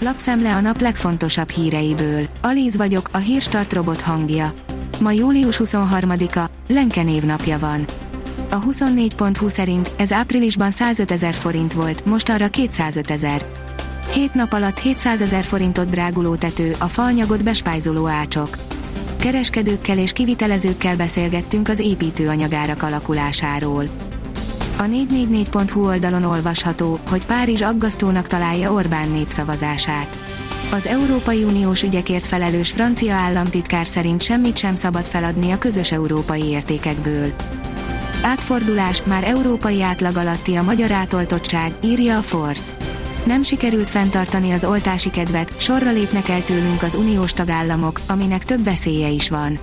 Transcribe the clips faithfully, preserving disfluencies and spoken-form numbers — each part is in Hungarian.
Lapszemle a nap legfontosabb híreiből. Alíz vagyok, a Hírstart robot hangja. Ma július huszonharmadika, Lenke névnapja van. A huszonnégy pont hu szerint ez áprilisban százötezer forint volt, mostanra kétszázötezer. Hét nap alatt hétszázezer forintot dráguló tető, a faanyagot bespájzoló ácsok. Kereskedőkkel és kivitelezőkkel beszélgettünk az építőanyagárak alakulásáról. A négy négy négy pont hu oldalon olvasható, hogy Párizs aggasztónak találja Orbán népszavazását. Az Európai Uniós ügyekért felelős francia államtitkár szerint semmit sem szabad feladni a közös európai értékekből. Átfordulás, már európai átlag alatti a magyar átoltottság, írja a Force. Nem sikerült fenntartani az oltási kedvet, sorra lépnek el tőlünk az uniós tagállamok, aminek több veszélye is van.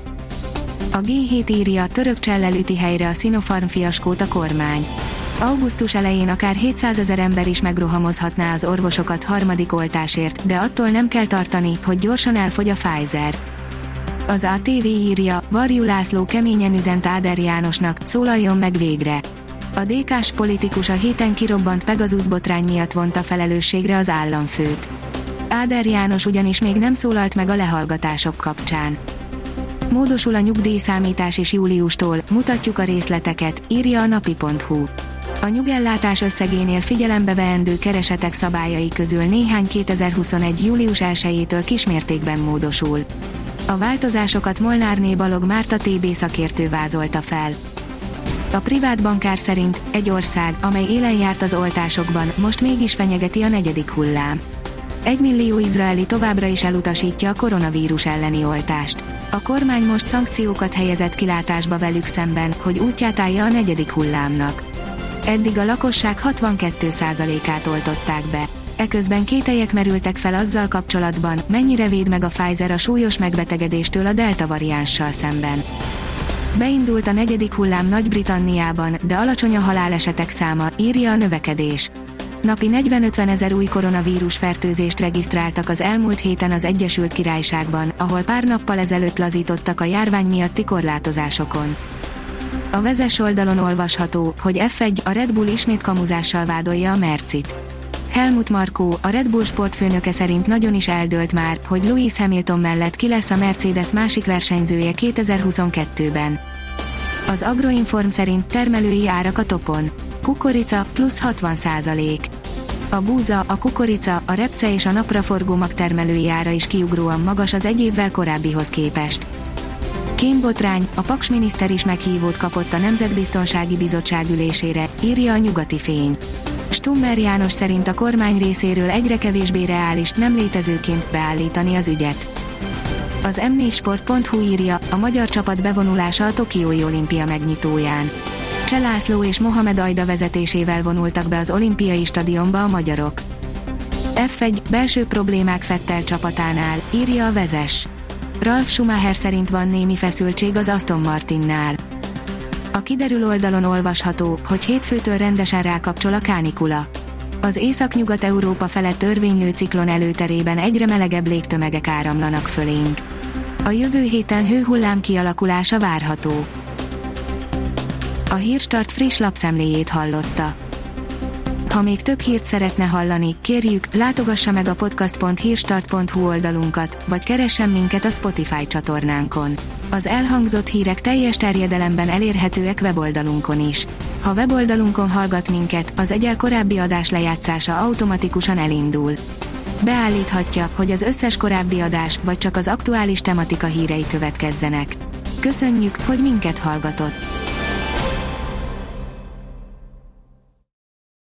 A gé hét írja, török csellel üti helyre a Sinopharm fiaskót a kormány. Augusztus elején akár hétszázezer ember is megrohamozhatná az orvosokat harmadik oltásért, de attól nem kell tartani, hogy gyorsan elfogy a Pfizer. Az á té vé írja, Varjú László keményen üzent Áder Jánosnak, szólaljon meg végre. A dé ká-s politikus a héten kirobbant Pegasus botrány miatt vonta felelősségre az államfőt. Áder János ugyanis még nem szólalt meg a lehallgatások kapcsán. Módosul a nyugdíjszámítás is júliustól, mutatjuk a részleteket, írja a napi pont hu. A nyugellátás összegénél figyelembe veendő keresetek szabályai közül néhány kétezer-huszonegy. július elsejétől kismértékben módosul. A változásokat Molnárné Balog Márta té bé szakértő vázolta fel. A privát bankár szerint egy ország, amely élen járt az oltásokban, most mégis fenyegeti a negyedik hullám. Egy millió izraeli továbbra is elutasítja a koronavírus elleni oltást. A kormány most szankciókat helyezett kilátásba velük szemben, hogy útját állja a negyedik hullámnak. Eddig a lakosság hatvankét százalékát oltották be. Eközben kételyek merültek fel azzal kapcsolatban, mennyire véd meg a Pfizer a súlyos megbetegedéstől a delta variánssal szemben. Beindult a negyedik hullám Nagy-Britanniában, de alacsony a halálesetek száma, írja a Növekedés. Napi negyven-ötven ezer új koronavírus fertőzést regisztráltak az elmúlt héten az Egyesült Királyságban, ahol pár nappal ezelőtt lazítottak a járvány miatti korlátozásokon. A Vezes oldalon olvasható, hogy ef egy, a Red Bull ismét kamuzással vádolja a Mercit. Helmut Markó, a Red Bull sportfőnöke szerint nagyon is eldőlt már, hogy Lewis Hamilton mellett ki lesz a Mercedes másik versenyzője kétezer-huszonkettőben. Az Agroinform szerint termelői árak a topon. Kukorica, plusz hatvan százalék. A búza, a kukorica, a repce és a napraforgó mag termelői ára is kiugróan magas az egy évvel korábbihoz képest. Kémbotrány, a Paks miniszter is meghívót kapott a Nemzetbiztonsági Bizottság ülésére, írja a Nyugati Fény. Stummer János szerint a kormány részéről egyre kevésbé reális, nem létezőként beállítani az ügyet. Az em négy sport pont hu írja, a magyar csapat bevonulása a Tokiói olimpia megnyitóján. Cseh László és Mohamed Ajda vezetésével vonultak be az olimpiai stadionba a magyarok. ef egy, belső problémák Vettel csapatánál, írja a Vezes. Ralf Schumacher szerint van némi feszültség az Aston Martinnál. A kiderül oldalon olvasható, hogy hétfőtől rendesen rákapcsol a kánikula. Az Észak-Nyugat-Európa felett örvénylő ciklon előterében egyre melegebb légtömegek áramlanak fölénk. A jövő héten hőhullám kialakulása várható. A Hírstart friss lapszemléjét hallotta. Ha még több hírt szeretne hallani, kérjük, látogassa meg a podcast pont hírstart pont hu oldalunkat, vagy keressen minket a Spotify csatornánkon. Az elhangzott hírek teljes terjedelemben elérhetőek weboldalunkon is. Ha weboldalunkon hallgat minket, az egyel korábbi adás lejátszása automatikusan elindul. Beállíthatja, hogy az összes korábbi adás, vagy csak az aktuális tematika hírei következzenek. Köszönjük, hogy minket hallgatott!